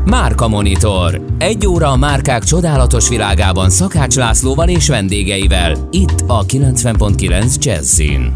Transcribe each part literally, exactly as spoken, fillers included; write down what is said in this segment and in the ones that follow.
Márka Monitor. Egy óra a márkák csodálatos világában Szakács Lászlóval és vendégeivel. Itt a kilencven pont kilenc Jazzin.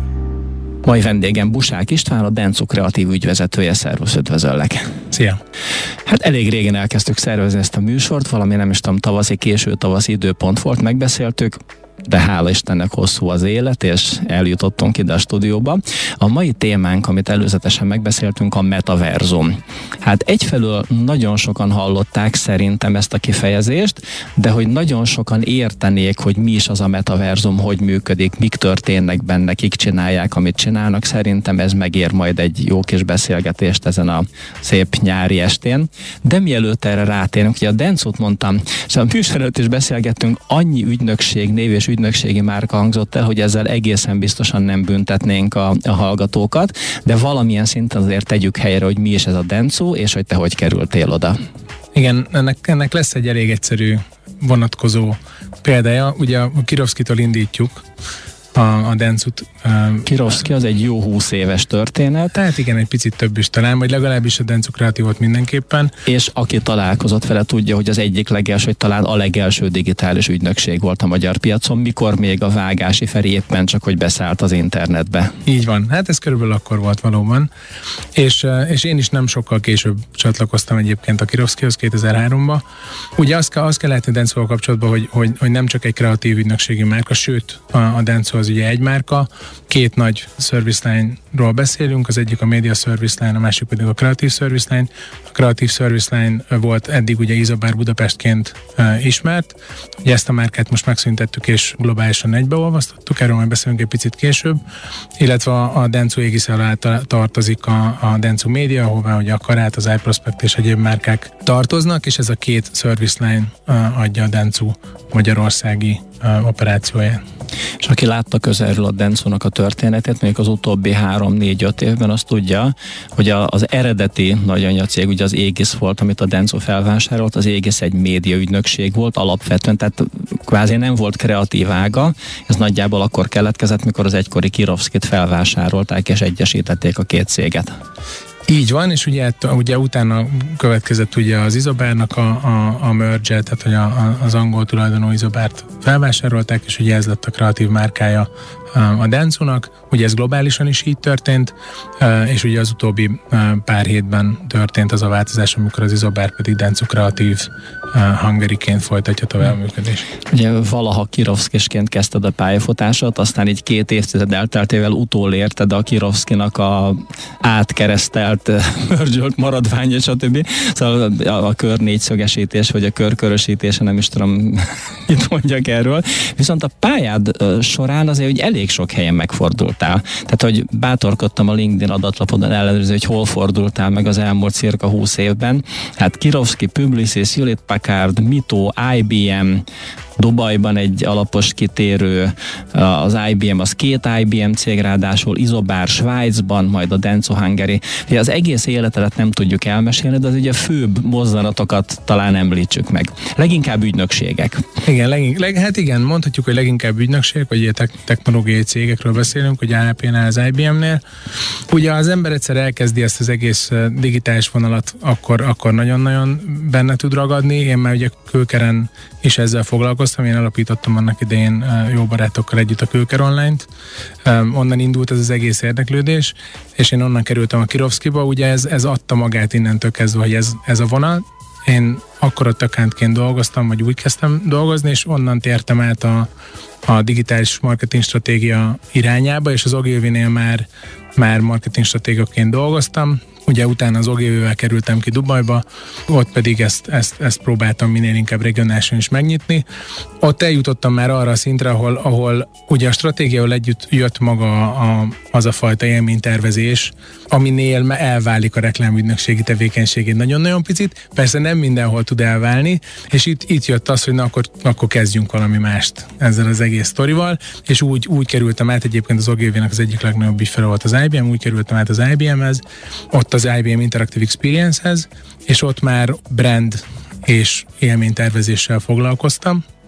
Mai vendégem Busák István, a Denso kreatív ügyvezetője. Szervusz, üdvözöllek! Szia! Hát elég régen elkezdtük szervezni ezt a műsort, valami nem is tudom, tavaszi, késő tavaszi időpont volt, megbeszéltük, de hála Istennek hosszú az élet, és eljutottunk ide a stúdióba. A mai témánk, amit előzetesen megbeszéltünk, a metaverzum. Hát egyfelől nagyon sokan hallották szerintem ezt a kifejezést, de hogy nagyon sokan értenék, hogy mi is az a metaverzum, hogy működik, mik történnek benne, kik csinálják, amit csinálnak, szerintem ez megér majd egy jó kis beszélgetést ezen a szép nyári estén. De mielőtt erre rátérünk, ugye a Densót mondtam, és a műsor előtt is beszélgettünk, annyi ügynökség, név és ügynökségi márka hangzott el, hogy ezzel egészen biztosan nem büntetnénk a, a hallgatókat, de valamilyen szinten azért tegyük helyre, hogy mi is ez a Denso, és hogy te hogy kerültél oda. Igen, ennek, ennek lesz egy elég egyszerű vonatkozó példája. Ugye a Kirovszkitól indítjuk a, a Densót. Kirovszki az egy jó húsz éves történet. Tehát igen, egy picit több is talán, vagy legalábbis a Denso kreatív volt mindenképpen. És aki találkozott vele, tudja, hogy az egyik legelső, hogy talán a legelső digitális ügynökség volt a magyar piacon, mikor még a Vágási Feri éppen csak, hogy beszállt az internetbe. Így van, hát ez körülbelül akkor volt valóban. És, és én is nem sokkal később csatlakoztam egyébként a Kirovszkihoz kétezer-háromban. Ugye azt, azt kell látni a Densóval kapcsolatban, hogy, hogy, hogy nem csak egy kreatív ügynökségi márka, sőt a, a Denso az ugye egy márka. Két nagy service line-ról beszélünk, az egyik a Media Service Line, a másik pedig a Creative Service Line. A Creative Service Line volt eddig ugye Isobár Budapestként uh, ismert. Ugye ezt a márkát most megszüntettük és globálisan egybeolvasztottuk, erről majd beszélünk egy picit később. Illetve a, a Denso égisze alá tartozik a, a Denso Media, ahová ugye a Karát, az iProspect és egyéb márkák tartoznak, és ez a két service line uh, adja a Denso magyarországi uh, operációját. És aki látta közelről a Densónak a történetét, mondjuk az utóbbi három-négy-öt évben, azt tudja, hogy a, az eredeti nagyanyacég, ugye az Aegis volt, amit a Denso felvásárolt, az Aegis egy médiaügynökség volt alapvetően, tehát kvázi nem volt kreatív ága, ez nagyjából akkor keletkezett, mikor az egykori Kirovszkit felvásárolták és egyesítették a két céget. Így van, és ugye, ugye utána következett ugye az Isobárnak a, a, a merge, tehát hogy a, a, az angol tulajdonú Isobárt felvásárolták, és ugye ez lett a kreatív márkája a Densónak. Ugye ez globálisan is így történt, és ugye az utóbbi pár hétben történt az a változás, amikor az Isobár pedig Denso kreatív Hungary-ként folytatja tovább működést. Ugye valaha Kirovszkisként kezdted a pályafutásot, aztán így két évtized elteltével utolérted a Kirovszkinak a átkeresztelt, mergelt maradvány, stb. Szóval a, a kör négyszögesítés, vagy a körkörösítése, nem is tudom, mit mondjak erről. Viszont a pályád során azért hogy elég sok helyen megfordultál. Tehát, hogy bátorkodtam a LinkedIn adatlapodon ellenőrizni, hogy hol fordultál meg az elmúlt cirka húsz évben. Hát Kirovszki, Publicis, Hewlett Packard, Mito, I B M, Dubajban egy alapos kitérő, az I B M az két I B M cég, ráadásul Isobár Svájcban, majd a Denso Hungary. Ugye az egész életedet nem tudjuk elmesélni, de az ugye főbb mozzanatokat talán említsük meg. Leginkább ügynökségek. Igen, legink, leg, hát igen, mondhatjuk, hogy leginkább ügynökségek, vagy ilyen tek, technológiai cégekről beszélünk, hogy á pé-nál, az I B M-nél. Ugye az ember egyszer elkezdi ezt az egész digitális vonalat, akkor, akkor nagyon-nagyon benne tud ragadni. Én már ugye Kőkeren is ezzel foglalkoztam, én alapítottam annak idején jó barátokkal együtt a Kőker Online-t. Onnan indult ez az egész érdeklődés, és én onnan kerültem a Kirovszkiba, ugye ez, ez adta magát innentől kezdve, hogy ez, ez a vonal. Én akkor ott accountként dolgoztam, vagy úgy kezdtem dolgozni, és onnan tértem át a, a digitális marketing stratégia irányába, és az Ogilvy-nél már, már marketing stratégaként dolgoztam. Ugye utána az Ogilvyvel kerültem ki Dubajba, ott pedig ezt, ezt, ezt próbáltam minél inkább regionálisan is megnyitni. Ott eljutottam már arra a szintre, ahol, ahol ugye a stratégiával együtt jött maga a, az a fajta élménytervezés, aminél elválik a reklámügynökségi tevékenységét nagyon-nagyon picit. Persze nem mindenhol tud elválni, és itt, itt jött az, hogy na akkor, akkor kezdjünk valami mást ezzel az egész sztorival, és úgy, úgy kerültem át, egyébként az Ogilvynek az egyik legnagyobb ügyfele volt az I B M, úgy kerültem át az I B M-hez, ott az I B M Interactive Experience-hez, és ott már brand és élménytervezéssel foglalkoztam,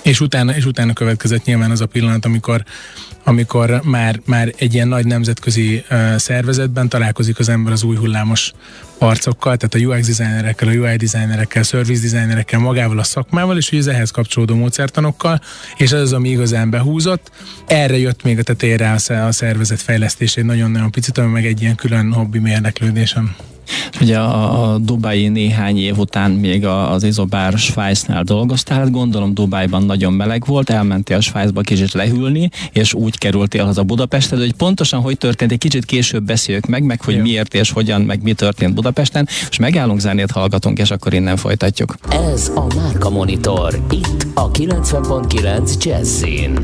És utána, és utána következett nyilván az a pillanat, amikor, amikor már, már egy ilyen nagy nemzetközi uh, szervezetben találkozik az ember az új hullámos arcokkal, tehát a u iksz designerekkel, a u i designerekkel, service designerekkel, magával a szakmával, és ugye az ehhez kapcsolódó módszertanokkal, és ez az, ami igazán behúzott. Erre jött még a tetejére a szervezet fejlesztését nagyon-nagyon picit, ami meg egy ilyen külön hobbi érdeklődésem. Ugye a, a dubai néhány év után még az Isobár Svájcnál dolgoztál, hát gondolom Dubájban nagyon meleg volt, elmentél Svájcba kicsit lehűlni, és úgy kerültél haza Budapestre, hogy pontosan hogy történt, egy kicsit később beszéljük meg, meg hogy Jó. miért és hogyan, meg mi történt Budapesten, és megállunk, zenét hallgatunk, és akkor innen folytatjuk. Ez a Márka Monitor, itt a kilencven pont kilenc Jazzin.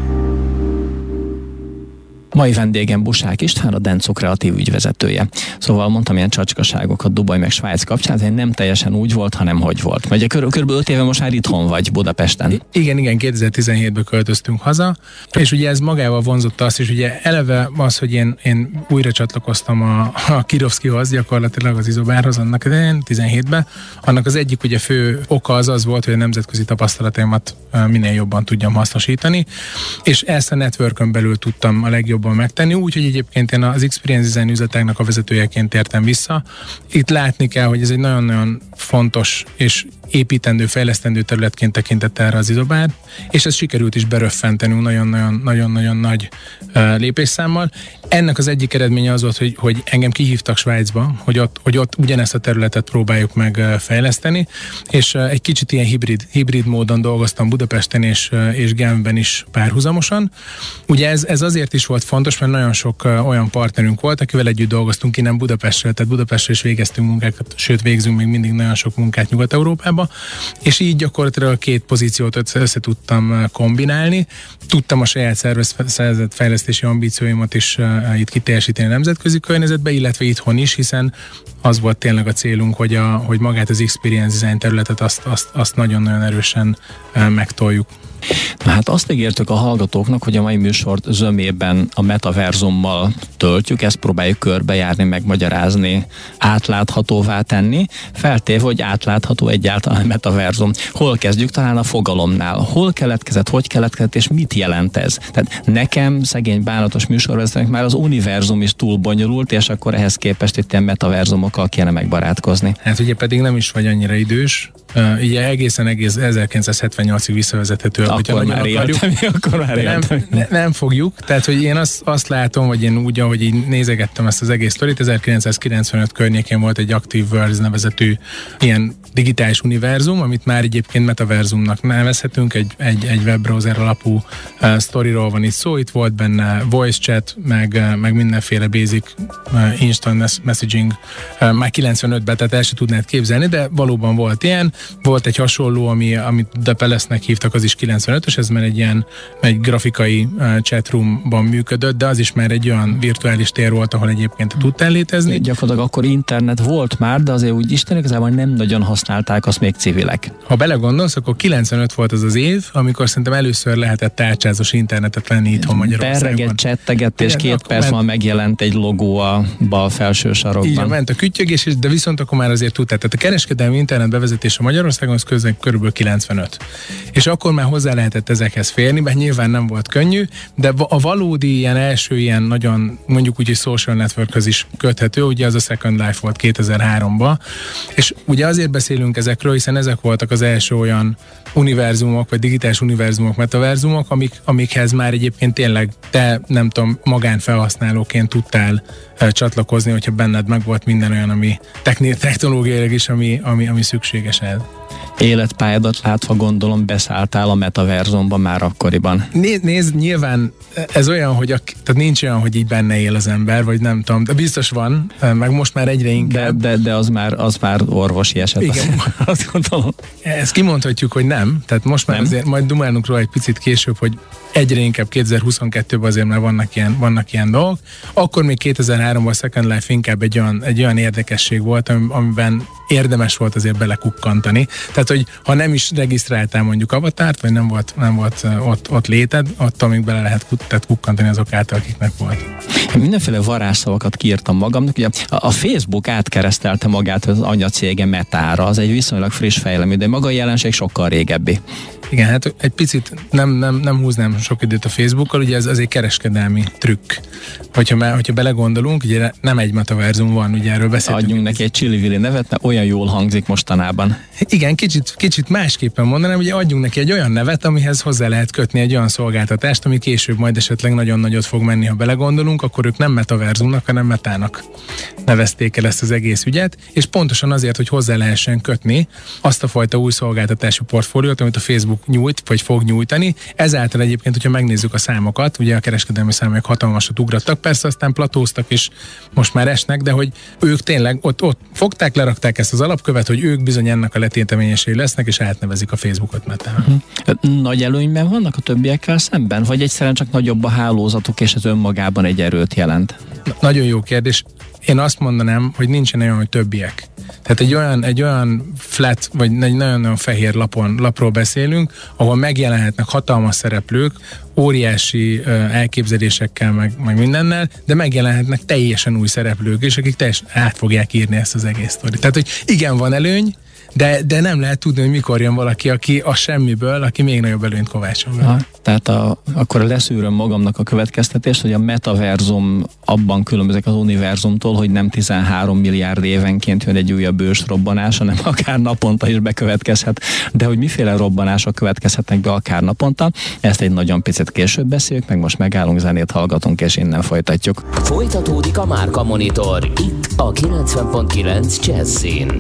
Mai vendégem Busák István, a Denso kreatív ügyvezetője. Szóval mondtam ilyen csacskaságokat Dubaj meg Svájc kapcsán, ez nem teljesen úgy volt, hanem hogy volt. Ugye kb. kb. öt éve most már itthon vagy Budapesten. Igen, igen, kétezer-tizenhétben költöztünk haza, és ugye ez magával vonzotta azt is, ugye eleve az, hogy én, én újra csatlakoztam a, a Kirovszkihoz, gyakorlatilag az Isobárhoz annak idején, tizenhétben. Annak az egyik ugye fő oka az az volt, hogy a nemzetközi tapasztalataimat minél jobban tudjam hasznosítani, és ezt a networkön belül tudtam a legjobban megtenni, úgyhogy egyébként én az Experience Design üzletágnak a vezetőjeként tértem vissza. Itt látni kell, hogy ez egy nagyon-nagyon fontos és építendő, fejlesztendő területként tekintett erre az Isobár, és ez sikerült is beröffentenünk nagyon-nagyon nagy uh, lépésszámmal. Ennek az egyik eredménye az volt, hogy, hogy engem kihívtak Svájcba, hogy ott, hogy ott ugyanezt a területet próbáljuk meg uh, fejleszteni, és uh, egy kicsit ilyen hibrid, hibrid módon dolgoztam Budapesten és, uh, és Genfben is párhuzamosan. Ugye ez, ez azért is volt fontos, mert nagyon sok uh, olyan partnerünk volt, akivel együtt dolgoztunk innen Budapestről, tehát Budapestről is végeztünk munkákat, sőt végzünk még mindig nagyon sok munkát Nyugat-Európába, és így gyakorlatilag két pozíciót össze, össze tudtam kombinálni. Tudtam a saját szervezetfejlesztési ambícióimat is uh, itt kiteljesíteni a nemzetközi környezetbe, illetve itthon is, hiszen az volt tényleg a célunk, hogy, a, hogy magát az experience design területet azt, azt, azt nagyon-nagyon erősen uh, megtoljuk. Na hát azt ígértük a hallgatóknak, hogy a mai műsort zömében a metaverzummal töltjük, ezt próbáljuk körbejárni, megmagyarázni, átláthatóvá tenni, feltéve, hogy átlátható egyáltalán a metaverzum. Hol kezdjük? Talán a fogalomnál. Hol keletkezett, hogy keletkezett, és mit jelent ez? Tehát nekem, szegény bánatos műsorvezetőnek már az univerzum is túl bonyolult, és akkor ehhez képest itt ilyen metaverzumokkal kéne megbarátkozni. Hát ugye pedig nem is vagy annyira idős, uh, ugye egészen egész ezerkilencszázhetvennyolcig visszavezethető. Akkor már éltem, akkor már éltem. Nem, nem fogjuk, tehát hogy én azt, azt látom, hogy én úgy, ahogy így nézegettem ezt az egész sztorit, ezerkilencszázkilencvenöt környékén volt egy Active Worlds nevezetű ilyen digitális univerzum, amit már egyébként metaverzumnak nevezhetünk, egy, egy, egy webbrowser alapú uh, sztoriról van itt szó, itt volt benne voice chat, meg, uh, meg mindenféle basic uh, instant messaging uh, már kilencvenötben, tehát el se tudnád képzelni, de valóban volt ilyen, volt egy hasonló, ami, amit The Palace-nek hívtak, az is kilencvenötös, ez már egy ilyen egy grafikai uh, chatroomban működött, de az is már egy olyan virtuális tér volt, ahol egyébként tudtál létezni. Gyakorlatilag akkor internet volt már, de azért úgy Isten igazából nem nagyon használták azt még civilek. Ha belegondolsz, akkor kilencvenöt volt az az év, amikor szerintem először lehetett tárcsázós internetet venni itthon Magyarországon. Berreget, csettegett, és két perc van megjelent egy logó a bal felső sarokban. Igen, ment a küttyögés, de viszont akkor már azért tudtál. Tehát a kereskedelmi internet bevezetése Magyarországon az közben körülbelül kilencvenöt. És akkor már hozzá lehetett ezekhez férni, mert nyilván nem volt könnyű, de a valódi ilyen első ilyen nagyon, mondjuk úgy, hogy social networkhöz is köthető, ugye az a Second Life volt kétezer-háromban, és ugye azért beszélünk ezekről, hiszen ezek voltak az első olyan univerzumok, vagy digitális univerzumok, metaverzumok, amik, amikhez már egyébként tényleg te, nem tudom, magánfelhasználóként tudtál uh, csatlakozni, hogyha benned meg volt minden olyan, ami technológiailag is, ami, ami, ami szükséges ez. Életpályadat látva gondolom beszálltál a metaverzumba már akkoriban. Nézd, nézd, nyilván ez olyan, hogy a, tehát nincs olyan, hogy így benne él az ember, vagy nem tudom, de biztos van, meg most már egyre inkább. De, de, de az, már, az már orvosi eset. Igen. Azt gondolom. Ezt kimondhatjuk, hogy nem, tehát most már nem. Azért majd dumálunk róla egy picit később, hogy egyre inkább kétezer-huszonkettőben azért már vannak ilyen, vannak ilyen dolgok. Akkor még kétezer-háromban a Second Life inkább egy olyan, egy olyan érdekesség volt, amiben érdemes volt azért belekukkantani. Tehát, hogy ha nem is regisztráltál mondjuk avatárt, vagy nem volt, nem volt ott, ott léted, attól még bele lehet tehát kukkantani azok által, akiknek volt. Mindenféle varázsszavakat kiírtam magamnak. Ugye a Facebook átkeresztelte magát az anyacége Metára, az egy viszonylag friss fejlemény, de maga a jelenség sokkal régebbi. Igen, hát egy picit nem, nem, nem húznám sok időt a Facebookkal, ugye ez az egy kereskedelmi trükk. Hogyha, már, hogyha belegondolunk, ugye nem egy metaverzum van, ugye erről beszéltünk. Adjunk neki egy csili-vili nevet, mert olyan jól hangzik mostanában. Igen, kicsit, kicsit másképpen mondanám, ugye adjunk neki egy olyan nevet, amihez hozzá lehet kötni egy olyan szolgáltatást, ami később majd esetleg nagyon nagyot fog menni, ha belegondolunk, akkor ők nem metaverzumnak, hanem metának nevezték el ezt az egész ügyet, és pontosan azért, hogy hozzá lehessen kötni azt a fajta új szolgáltatási portfóliót, amit a Facebook nyújt, vagy fog nyújtani. Ezáltal egyébként, hogyha megnézzük a számokat, ugye a kereskedelmi számok hatalmasat ugrattak, persze aztán platóztak és most már esnek, de hogy ők tényleg ott, ott fogták, lerakták ezt az alapkövet, hogy ők bizony ennek a letéteményesei lesznek, és átnevezik a Facebookot metának. Uh-huh. Nagy előnyben vannak a többiekkel szemben, vagy egyszerűen csak nagyobb a hálózatuk, és ez önmagában egy erőt jelent? Na, nagyon jó kérdés. Én azt mondanám, hogy nincsen olyan, hogy többiek. Tehát egy olyan, egy olyan flat, vagy egy nagyon-nagyon fehér lapon, lapról beszélünk, ahol megjelenhetnek hatalmas szereplők, óriási uh, elképzelésekkel, meg, meg mindennel, de megjelenhetnek teljesen új szereplők is, akik teljesen át fogják írni ezt az egész sztorit. Tehát, hogy igen, van előny, De, de nem lehet tudni, hogy mikor jön valaki, aki a semmiből, aki még nagyobb előnyt kovácsol. Ha, tehát a, akkor leszűröm magamnak a következtetést, hogy a metaverzum abban különbözik az univerzumtól, hogy nem tizenhárom milliárd évenként jön egy újabb ősrobbanás, hanem akár naponta is bekövetkezhet. De hogy miféle robbanások következhetnek be akár naponta, ezt egy nagyon picit később beszéljük, meg most megállunk, zenét hallgatunk, és innen folytatjuk. Folytatódik a Márka Monitor, itt a kilencven pont kilenc Jazzin.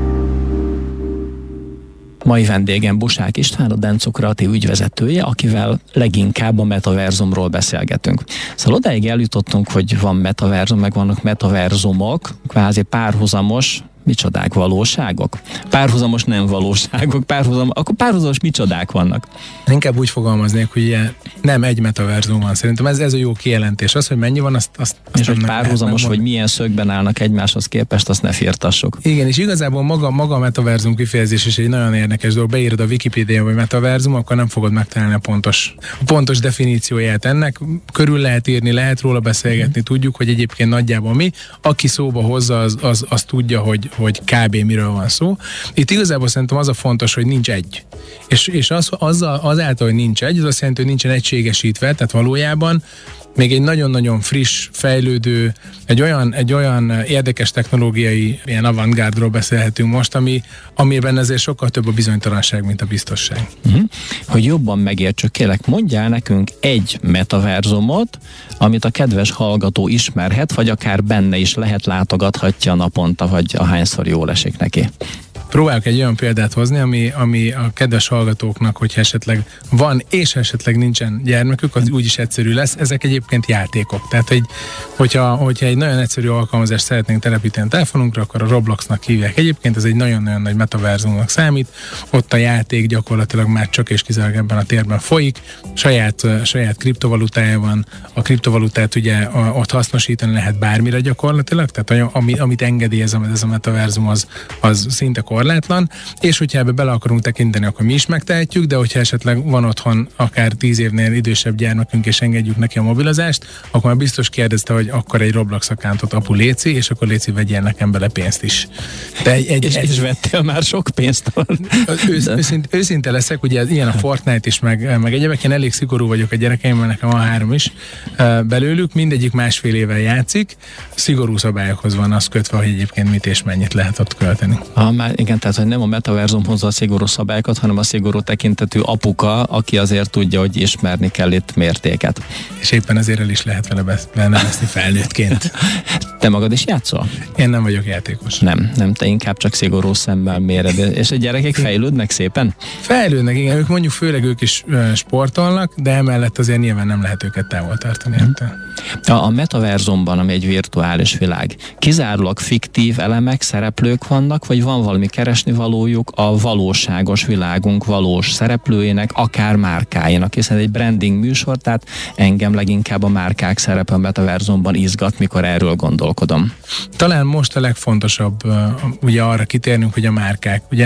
Mai vendégem Busák István, a Denso kreatív ügyvezetője, akivel leginkább a metaverzumról beszélgetünk. Szóval odáig eljutottunk, hogy van metaverzum, meg vannak metaverzumok, kvázi párhuzamos, micsodák, valóságok? Párhuzamos nem valóságok, párhuzam, akkor párhuzamos micsodák vannak? Inkább úgy fogalmaznék, hogy ugye nem egy metaverzum van. Szerintem ez, ez a jó kijelentés. Az, hogy mennyi van, azt, azt, azt és hogy párhuzamos, hogy milyen szögben állnak egymáshoz képest, azt ne firtassuk. Igen, és igazából maga, maga a metaverzum kifejezés is egy nagyon érdekes dolog. Beírod a Wikipédia vagy metaverzum, akkor nem fogod megtalálni a pontos, a pontos definícióját ennek. Körül lehet írni, lehet róla beszélgetni, mm. tudjuk, hogy egyébként nagyjából mi. Aki szóba hozza, az, az, az tudja, hogy hogy kb. Miről van szó. Itt igazából szerintem az a fontos, hogy nincs egy. És, és az, az, azáltal, hogy nincs egy, az azt jelenti, hogy nincsen egységesítve, tehát valójában még egy nagyon-nagyon friss, fejlődő, egy olyan, egy olyan érdekes technológiai, ilyen avantgárdról beszélhetünk most, ami, amiben ezért sokkal több a bizonytalanság, mint a biztosság. Uh-huh. Hogy jobban megértsük, kérlek, mondjál nekünk egy metaverzumot, amit a kedves hallgató ismerhet, vagy akár benne is lehet, látogathatja naponta, vagy ahányszor jól esik neki. Próbálok egy olyan példát hozni, ami, ami a kedves hallgatóknak, hogyha esetleg van, és esetleg nincsen gyermekük, az úgyis egyszerű lesz. Ezek egyébként játékok. Tehát, hogy, hogyha, hogyha egy nagyon egyszerű alkalmazást szeretnénk telepíteni a telefonunkra, akkor a Robloxnak hívják. Egyébként ez egy nagyon-nagyon nagy metaverzumnak számít. Ott a játék gyakorlatilag már csak és kizárólag ebben a térben folyik. Saját, saját kriptovalutája van. A kriptovalutát ugye a, ott hasznosítani lehet bármire gyakorlatilag. Tehát ami, amit engedélyez ez a metaverzum, az, az szinte korlátlan, és hogyha ebbe bele akarunk tekinteni, akkor mi is megtehetjük, de hogyha esetleg van otthon akár tíz évnél idősebb gyermekünk, és engedjük neki a mobilozást, akkor már biztos kérdezte, hogy akkor egy Roblox accountot, apu léci, és akkor léci vegyél nekem bele pénzt is. De egy, egy, és, egy, és vettél már sok pénzt? Ősz, őszinte, őszinte leszek, ugye ilyen a Fortnite is, meg, meg egyébként én elég szigorú vagyok a gyerekeimmel, nekem van három is belőlük, mindegyik másfél éve játszik, szigorú szabályokhoz van az kötve, hogy egyébként mit és mennyit lehet ott költeni. Ah, már igen, tehát hogy nem a metaverzum hozza a szigorú szabályokat, hanem a szigorú tekintetű apuka, aki azért tudja, hogy ismerni kell itt mértéket. És éppen ezért el is lehet vele benevezni felnőttként. Te magad is játszol? Én nem vagyok játékos. Nem, nem, te inkább csak szigorú szemmel méred. És a gyerekek fejlődnek szépen? Fejlődnek, igen. Ők mondjuk főleg ők is sportolnak, de emellett azért nyilván nem lehet őket távol tartani. Hmm. A, a metaverzumban, ami egy virtuális világ, kizárólag fiktív elemek, szereplők vannak, vagy van valami keresni valójuk a valóságos világunk valós szereplőjének, akár márkáinak, hiszen egy branding műsor, tehát engem leginkább a márkák szerepe a metaverzumban izgat, mikor erről gondolkodom. Talán most a legfontosabb ugye arra kitérnünk, hogy a márkák. Ugye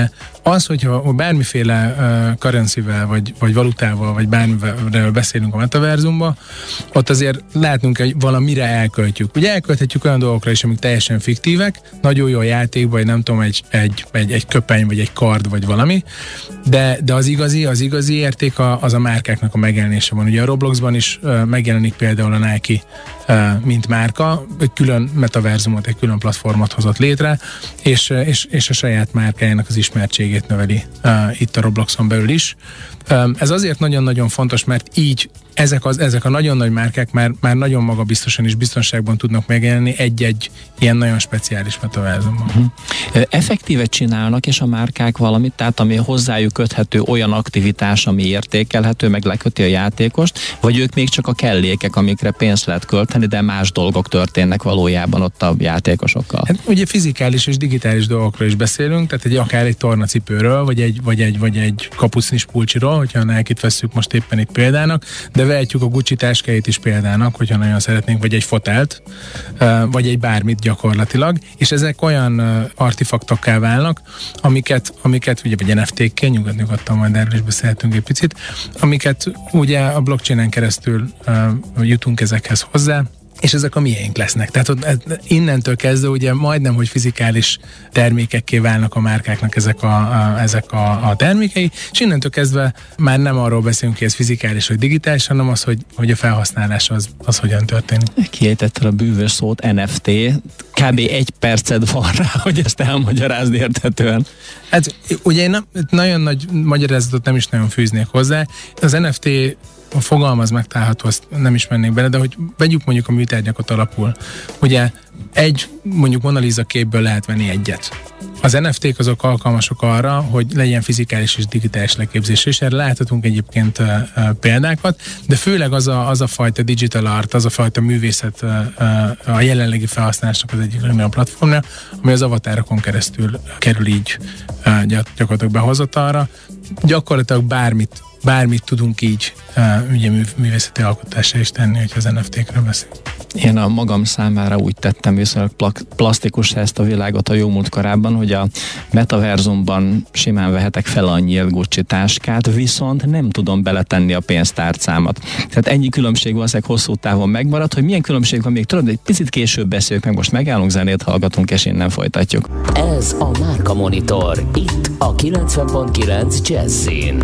Az, hogyha bármiféle uh, currency-vel, vagy, vagy valutával, vagy bármivel beszélünk a metaverzumban, ott azért látnunk, hogy valamire elköltjük. Ugye elkölthetjük olyan dolgokra is, amik teljesen fiktívek, nagyon jó játék, vagy nem tudom, egy, egy, egy, egy köpeny, vagy egy kard, vagy valami, de, de az igazi, az igazi érték a, az a márkáknak a megjelenése van. Ugye a Robloxban is uh, megjelenik például a Nike, uh, mint márka, egy külön metaverzumot, egy külön platformot hozott létre, és, és, és a saját márkájának az ismertségét növeli uh, itt a Robloxon belül is. Um, ez azért nagyon-nagyon fontos, mert így ezek, az, ezek a nagyon nagy márkák már, már nagyon magabiztosan és biztonságban tudnak megjelenni egy-egy ilyen nagyon speciális metaverzumban. Uh-huh. Effektíve csinálnak és a márkák valamit, tehát ami hozzájuk köthető olyan aktivitás, ami értékelhető, meg leköti a játékost, vagy ők még csak a kellékek, amikre pénzt lehet költeni, de más dolgok történnek valójában ott a játékosokkal? Hát ugye fizikális és digitális dolgokról is beszélünk, tehát egy, akár egy tornacipőről, vagy egy, vagy egy, vagy egy kapucnis pulcsiról, hogyha a Nike-t vesszük most éppen itt példának, de vehetjük a Gucci táskáit is példának, hogyha nagyon szeretnénk, vagy egy fotelt, vagy egy bármit gyakorlatilag, és ezek olyan artifaktokká válnak, amiket, amiket ugye, vagy en ef té-kkel, nyugodt-nyugodtan majd erről is beszélhetünk egy picit, amiket ugye a blockchainen keresztül jutunk ezekhez hozzá, és ezek a miénk lesznek. Tehát ott, innentől kezdve ugye majdnem, hogy fizikális termékekké válnak a márkáknak ezek a, a, ezek a, a termékei, és innentől kezdve már nem arról beszélünk, hogy ez fizikális vagy digitális, hanem az, hogy, hogy a felhasználás az, az hogyan történik. Kiejtetted a bűvös szót, en ef té, kb. egy perced van rá, hogy ezt elmagyarázd érthetően. Hát ugye én nem, nagyon nagy magyarázatot nem is nagyon fűznék hozzá. Az en ef té a fogalmaz megtalálható, azt nem is mennék bele, de hogy vegyük mondjuk a műtárgyakat alapul. Ugye egy mondjuk Mona Lisa képből lehet venni egyet. Az en ef té-k azok alkalmasok arra, hogy legyen fizikális és digitális leképzés, és erre láthatunk egyébként uh, uh, példákat, de főleg az a, az a fajta digital art, az a fajta művészet uh, uh, a jelenlegi felhasználásnak az egyik legnagyobb platformja, ami az avatárokon keresztül kerül így uh, gyakorlatilag behozatalra. Gyakorlatilag bármit bármit tudunk így uh, ugye mű, művészeti alkotásra is tenni, hogyha az en ef té-kről beszélünk. Én a magam számára úgy tettem viszonylag plastikus ezt a világot a jó múlt korában, hogy a metaverzumban simán vehetek fel annyi Gucci táskát, viszont nem tudom beletenni a pénztárcámat. Tehát ennyi különbség valószínűleg hosszú távon megmarad, hogy milyen különbség van még, tudod, egy picit később beszéljük, meg most megállunk, zenét hallgatunk, és innen folytatjuk. Ez a Márka Monitor, itt a kilencven pont kilenc Jazzin.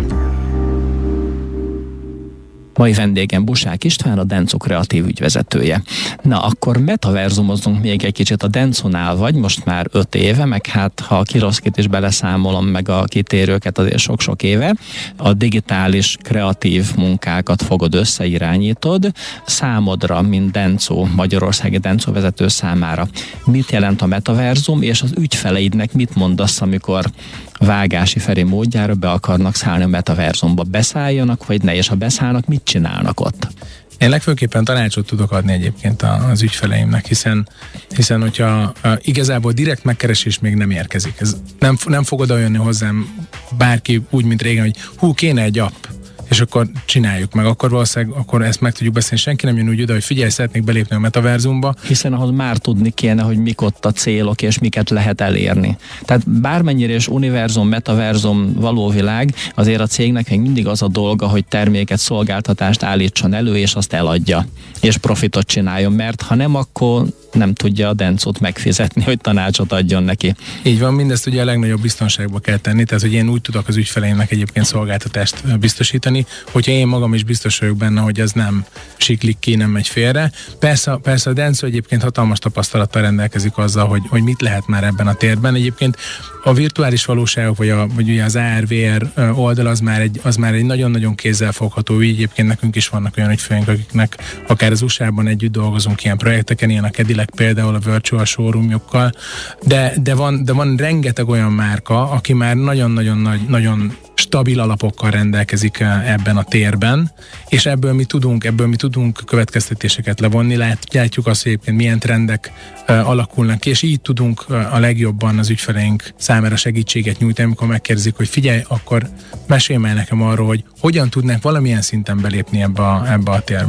Mai vendégem Busák István, a Denso kreatív ügyvezetője. Na, akkor metaverzumozzunk még egy kicsit. A Densonál vagy most már öt éve, meg hát ha a Kiroszkit is beleszámolom, meg a kitérőket azért sok-sok éve. A digitális kreatív munkákat fogod össze, irányítod. Számodra, mint Denso, magyarországi Denso vezető számára, mit jelent a metaverzum, és az ügyfeleidnek mit mondasz, amikor Vágási Feri módjára be akarnak szállni a metaverzumba? Beszálljanak, vagy ne? És ha beszállnak, mit csinálnak ott? Én legfőképpen tanácsot tudok adni egyébként az ügyfeleimnek, hiszen, hiszen hogyha igazából direkt megkeresés még nem érkezik. Ez nem, nem fog oda jönni hozzám bárki úgy, mint régen, hogy hú, kéne egy app, és akkor csináljuk meg, akkor valószínűleg akkor ezt meg tudjuk beszélni. Senki nem jön úgy oda, hogy figyelj, szeretnék belépni a metaverzumba. Hiszen ahhoz már tudni kéne, hogy mik ott a célok, és miket lehet elérni. Tehát bármennyire is univerzum, metaverzum való világ, azért a cégnek még mindig az a dolga, hogy terméket, szolgáltatást állítson elő, és azt eladja, és profitot csináljon, mert ha nem, akkor nem tudja a Densót megfizetni, hogy tanácsot adjon neki. Így van, mindezt ugye a legnagyobb biztonságba kell tenni, tehát hogy én úgy tudok az ügyfeleimnek egyébként szolgáltatást biztosítani, hogyha én magam is biztos vagyok benne, hogy ez nem siklik ki, nem megy félre. Persze, persze a Denso egyébként hatalmas tapasztalattal rendelkezik azzal, hogy, hogy mit lehet már ebben a térben. Egyébként a virtuális valóságok, vagy, a, vagy ugye az á er vé er oldal az már egy, az már egy nagyon-nagyon kézzelfogható ügy. Egyébként nekünk is vannak olyan ügyfeleink, akiknek akár az u es á-ban együtt dolgozunk ilyen projekteken, ilyen a Cadillac például a virtual showroomjukkal, de, de, van, de van rengeteg olyan márka, aki már nagyon-nagyon nagy, nagyon stabil alapokkal rendelkezik ebben a térben, és ebből mi tudunk, ebből mi tudunk következtetéseket levonni, látjuk azt, hogy egyébként milyen trendek uh, alakulnak ki, és így tudunk uh, a legjobban az ügyfeleink számára segítséget nyújtani, amikor megkérdezik, hogy figyelj, akkor mesélj el nekem arról, hogy hogyan tudnánk valamilyen szinten belépni ebbe a, ebbe a térbe.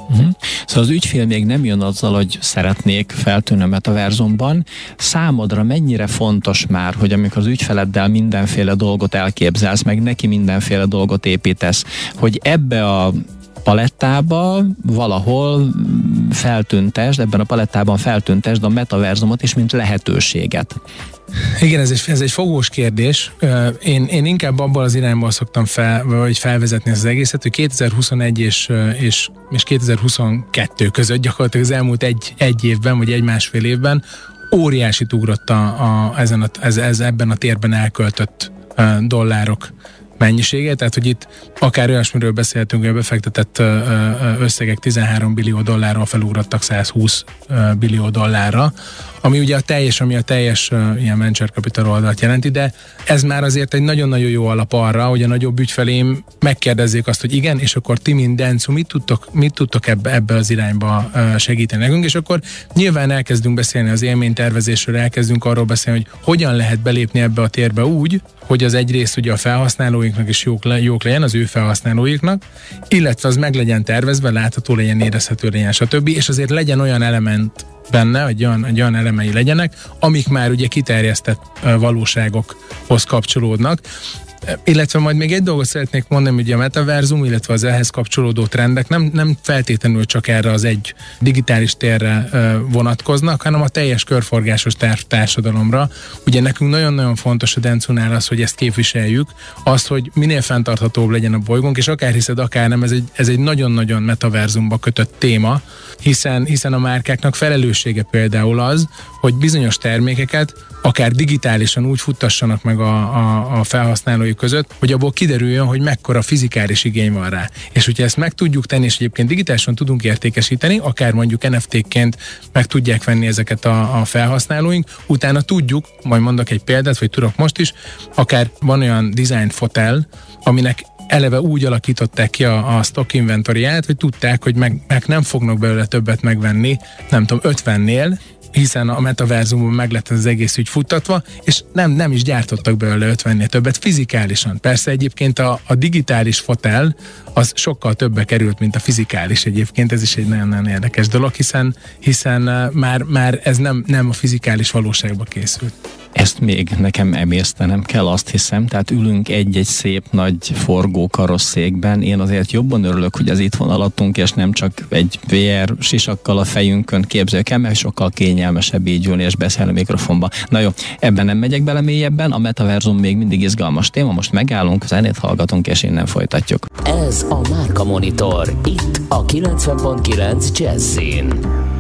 Uh-huh. Szóval az ügyfél még nem jön azzal, hogy szeretnék feltűnni a metaverzumban. Számodra mennyire fontos már, hogy amikor az ügyfeleddel mindenféle dolgot elképzelsz, meg neki mindenféle dolgot építesz, hogy ebbe a palettába valahol feltüntesd, ebben a palettában feltüntesd a metaverzumot is, mint lehetőséget. Igen, ez egy, ez egy fogós kérdés. Én, én inkább abból az irányból szoktam fel, vagy felvezetni ezt az egészet, hogy kétezer-huszonegy és, és, és kétezer-huszonkettő között gyakorlatilag az elmúlt egy, egy évben, vagy egy-másfél évben óriásit ugrott a, a, ezen a, ez, ez, ebben a térben elköltött dollárok mennyisége, tehát hogy itt akár olyasmiről beszéltünk, hogy a befektetett összegek tizenhárom billió dollárról felugrottak százhúsz billió dollárra, ami ugye a teljes, ami a teljes ilyen venture capital oldalt jelenti, de ez már azért egy nagyon-nagyon jó alap arra, hogy a nagyobb ügyfelém megkérdezzék azt, hogy igen, és akkor ti, mint Dentsu, mit tudtok, mit tudtok ebbe, ebbe az irányba segíteni nekünk, és akkor nyilván elkezdünk beszélni az élménytervezésről, elkezdünk arról beszélni, hogy hogyan lehet belépni ebbe a térbe úgy, hogy az egyrészt ugye a felhasználóinknak is jók, le, jók legyen, az ő felhasználóiknak, illetve az meg legyen tervezve, látható legyen, érezhető legyen, stb. És azért legyen olyan element benne, hogy olyan, hogy olyan elemei legyenek, amik már ugye kiterjesztett valóságokhoz kapcsolódnak. Illetve majd még egy dolgot szeretnék mondani, hogy a metaverzum, illetve az ehhez kapcsolódó trendek nem, nem feltétlenül csak erre az egy digitális térre vonatkoznak, hanem a teljes körforgásos társadalomra. Ugye nekünk nagyon-nagyon fontos a Dentsunál az, hogy ezt képviseljük, azt, hogy minél fenntarthatóbb legyen a bolygónk, és akár hiszed, akár nem, ez egy, ez egy nagyon-nagyon metaverzumba kötött téma, hiszen, hiszen a márkáknak felelőssége például az, hogy bizonyos termékeket akár digitálisan úgy futtassanak meg a, a, a felhasználói között, hogy abból kiderüljön, hogy mekkora fizikális igény van rá. És hogyha ezt meg tudjuk tenni, és egyébként digitálisan tudunk értékesíteni, akár mondjuk en ef té-ként meg tudják venni ezeket a, a felhasználóink, utána tudjuk, majd mondok egy példát, vagy tudok most is, akár van olyan design fotel, aminek eleve úgy alakították ki a, a stock inventoriát, hogy tudták, hogy meg, meg nem fognak belőle többet megvenni, nem tudom, ötvennél, hiszen a metaverzumban meg lett az egész ügy futtatva, és nem, nem is gyártottak belőle ötvennél többet fizikálisan. Persze egyébként a, a digitális fotel az sokkal többe került, mint a fizikális egyébként, ez is egy nagyon-nagyon érdekes dolog, hiszen, hiszen már, már ez nem, nem a fizikális valóságba készült. Ezt még nekem emésztenem kell, azt hiszem, tehát ülünk egy-egy szép nagy forgó karosszékben. Én azért jobban örülök, hogy ez itt van alattunk, és nem csak egy vé er sisakkal a fejünkön képzeljük el, mert sokkal kényelmesebb így ülni és beszélni a mikrofonba. Na jó, ebben nem megyek bele mélyebben, a metaverzum még mindig izgalmas téma, most megállunk, zenét hallgatunk, és innen folytatjuk. Ez a Márka Monitor, itt a kilencven pont kilenc Jazzin.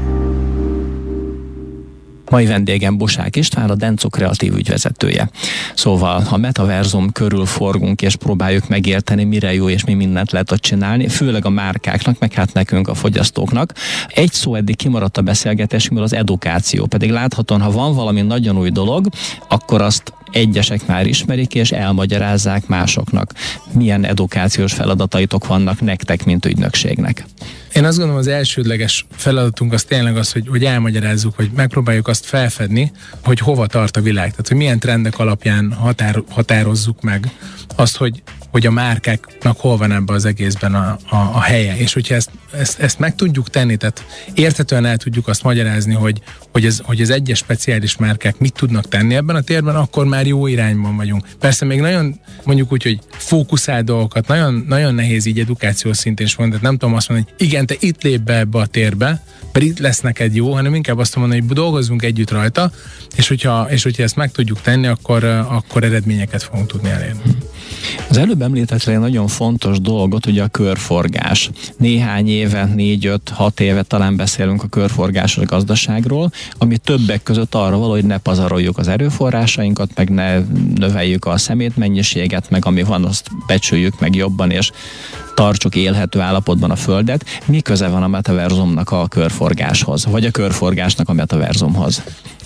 Mai vendégem Busák István, a Dentsu kreatív ügyvezetője. Szóval a metaverzum körül forgunk és próbáljuk megérteni, mire jó és mi mindent lehet ott csinálni, főleg a márkáknak, meg hát nekünk, a fogyasztóknak. Egy szó eddig kimaradt a beszélgetésünkből, az edukáció. Pedig láthatóan, ha van valami nagyon új dolog, akkor azt egyesek már ismerik és elmagyarázzák másoknak. Milyen edukációs feladataitok vannak nektek, mint ügynökségnek? Én azt gondolom, az elsődleges feladatunk az tényleg az, hogy, hogy elmagyarázzuk, hogy megpróbáljuk azt felfedni, hogy hova tart a világ. Tehát, hogy milyen trendek alapján határ, határozzuk meg azt, hogy, hogy a márkáknak hol van ebben az egészben a, a, a helye. És hogyha ezt, ezt, ezt meg tudjuk tenni, tehát érthetően el tudjuk azt magyarázni, hogy, hogy, ez, hogy az egyes speciális márkák mit tudnak tenni ebben a térben, akkor már jó irányban vagyunk. Persze még nagyon, mondjuk úgy, hogy fókuszált dolgokat, nagyon, nagyon nehéz így edukációs szintén is mondani, tehát nem tudom azt mondani, hogy igen, te itt lép be ebbe a térbe, mert itt lesz neked jó, hanem inkább azt mondani, hogy dolgozzunk együtt rajta, és hogyha, és hogyha ezt meg tudjuk tenni, akkor, akkor eredményeket fogunk tudni elérni. Az előbb említettél egy nagyon fontos dolgot, ugye a körforgás. Néhány éve, négy, öt, hat éve talán beszélünk a körforgásos gazdaságról, ami többek között arra való, hogy ne pazaroljuk az erőforrásainkat, meg ne növeljük a szemétmennyiséget, meg ami van, azt becsüljük meg jobban, és tartsuk élhető állapotban a Földet. Mi köze van a metaverzumnak a körforgáshoz, vagy a körforgásnak a metaverzumhoz?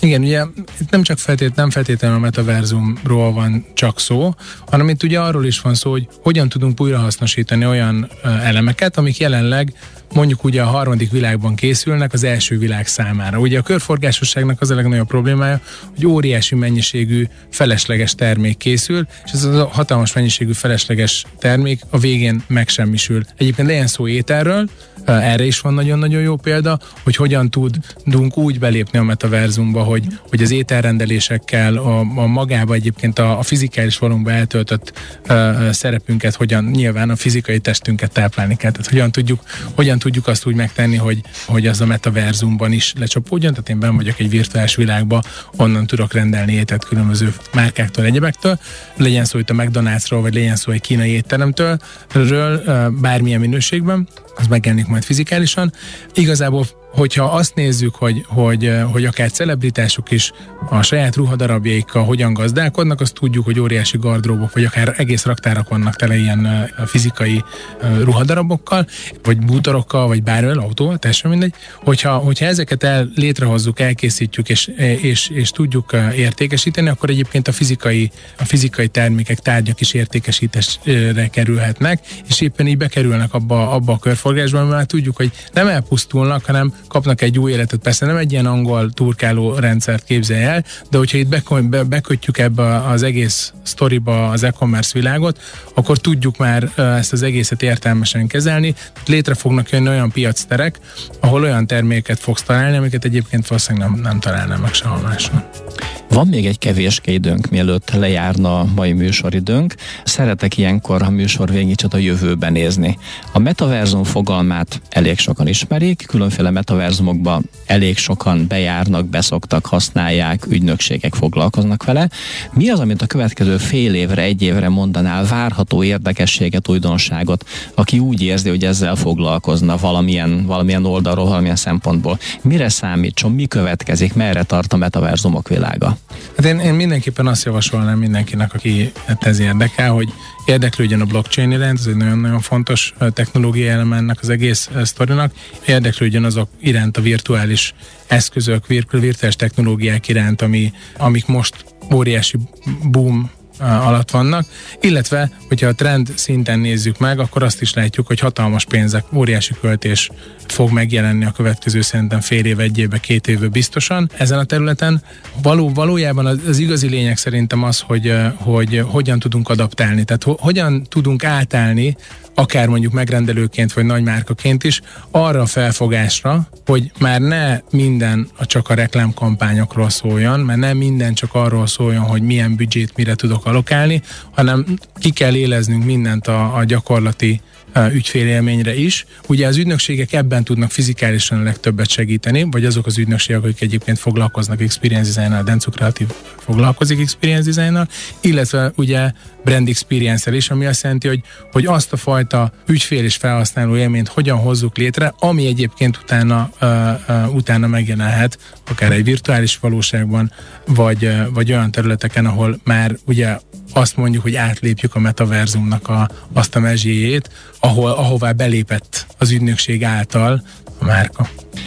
Igen, ugye itt nem csak feltét, nem feltétlenül a metaverzumról van csak szó, hanem itt ugye arról is van szó, hogy hogyan tudunk újrahasznosítani olyan elemeket, amik jelenleg mondjuk ugye a harmadik világban készülnek az első világ számára. Ugye a körforgásosságnak az a legnagyobb problémája, hogy óriási mennyiségű felesleges termék készül, és ez a hatalmas mennyiségű felesleges termék a végén megsemmisül. Egyébként legyen szó ételről, erre is van nagyon-nagyon jó példa, hogy hogyan tudunk úgy belépni a metaverzumba, hogy, hogy az ételrendelésekkel, a, a magába egyébként a, a fizikális valónkba eltöltött uh, szerepünket, hogyan nyilván a fizikai testünket táplálni kell. Tehát hogyan tudjuk, hogyan tudjuk azt úgy megtenni, hogy, hogy az a metaverzumban is lecsapódjon, tehát én benn vagyok egy virtuális világba, onnan tudok rendelni ételt különböző márkáktól, egyebektől, legyen szó itt a McDonald'sról, vagy legyen szó egy kínai étteremtől, ről, bármilyen minőségben, az megjelenik majd fizikálisan. Igazából, hogyha azt nézzük, hogy, hogy, hogy akár celebritások is a saját ruhadarabjaikkal hogyan gazdálkodnak, azt tudjuk, hogy óriási gardróbok, vagy akár egész raktárak vannak tele ilyen fizikai ruhadarabokkal, vagy bútorokkal, vagy bármilyen autóval, teljesen mindegy. Hogyha, hogyha ezeket el, létrehozzuk, elkészítjük, és, és, és tudjuk értékesíteni, akkor egyébként a fizikai, a fizikai termékek, tárgyak is értékesítésre kerülhetnek, és éppen így bekerülnek abba, abba a körforgásba, mert tudjuk, hogy nem elpusztulnak, hanem kapnak egy új életet. Persze nem egy ilyen angol turkáló rendszert képzelj el, de hogyha itt bekötjük ebbe az egész sztoriba az e-commerce világot, akkor tudjuk már ezt az egészet értelmesen kezelni. Létre fognak jönni olyan piacterek, ahol olyan terméket fogsz találni, amiket egyébként valószínűleg nem, nem találnál meg sehol máshol. Van még egy kevéske időnk, mielőtt lejárna a mai műsoridőnk. Szeretek ilyenkor a műsor végig csak a jövőben nézni. A metaverzum fogalmát elég sokan ismerik, különféle metaverzumokban elég sokan bejárnak, beszoktak, használják, ügynökségek foglalkoznak vele. Mi az, amit a következő fél évre, egy évre mondanál várható érdekességet, újdonságot, aki úgy érzi, hogy ezzel foglalkozna valamilyen, valamilyen oldalról, valamilyen szempontból? Mire számítson, mi következik, merre tart a metaverzumok világa? Hát én, én mindenképpen azt javasolnám mindenkinek, aki ez érdekel, hogy érdeklődjön a blockchain iránt, ez egy nagyon-nagyon fontos technológiai eleme ennek az egész sztorinak, érdeklődjön azok iránt, a virtuális eszközök, virtuális technológiák iránt, ami, amik most óriási boom alatt vannak, illetve, hogyha a trend szinten nézzük meg, akkor azt is látjuk, hogy hatalmas pénzek, óriási költés fog megjelenni a következő szerintem fél év, egy évbe, két évbe biztosan ezen a területen. Való, valójában az, az igazi lényeg szerintem az, hogy, hogy hogyan tudunk adaptálni, tehát ho, hogyan tudunk átállni akár mondjuk megrendelőként, vagy nagymárkaként is, arra a felfogásra, hogy már ne minden csak a reklámkampányokról szóljon, mert nem minden csak arról szóljon, hogy milyen büdzsét mire tudok allokálni, hanem ki kell éleznünk mindent a, a gyakorlati ügyfélélményre is. Ugye az ügynökségek ebben tudnak fizikálisan a legtöbbet segíteni, vagy azok az ügynökségek, akik egyébként foglalkoznak experience design-nal, a Dentsu Creative foglalkozik experience design-nal, illetve ugye brand experience-el is, ami azt jelenti, hogy, hogy azt a fajta ügyfél és felhasználó élményt hogyan hozzuk létre, ami egyébként utána, uh, uh, utána megjelenhet, akár egy virtuális valóságban, vagy, uh, vagy olyan területeken, ahol már ugye azt mondjuk, hogy átlépjük a metaverzumnak a, azt a mezséjét, ahol, ahová belépett az ügynökség által a márka.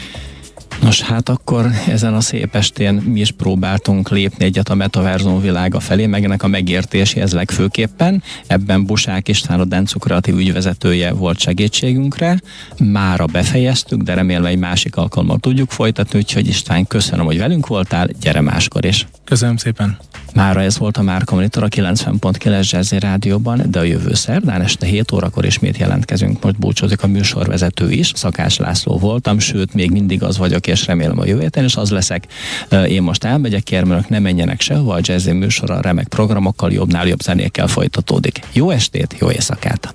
Nos, hát akkor ezen a szép estén mi is próbáltunk lépni egyet a metaverzum világa felé, meg ennek a megértéséhez legfőképpen. Ebben Busák István, a Dentsu Creative ügyvezetője volt segítségünkre. Mára befejeztük, de remélem egy másik alkalommal tudjuk folytatni, úgyhogy István, köszönöm, hogy velünk voltál, gyere máskor is. Köszönöm szépen. Mára ez volt a Márka Monitor a kilencven pont kilenc Jazzy Rádióban, de a jövő szerdán este hét órakor ismét jelentkezünk. Most búcsúzik a műsorvezető is, Szakács László voltam, sőt, még mindig az vagyok, és remélem a jövő héten is az leszek. Én most elmegyek, kérem önök, ne menjenek sehova, a Jazzy műsor a remek programokkal, jobbnál jobb zenékkel folytatódik. Jó estét, jó éjszakát!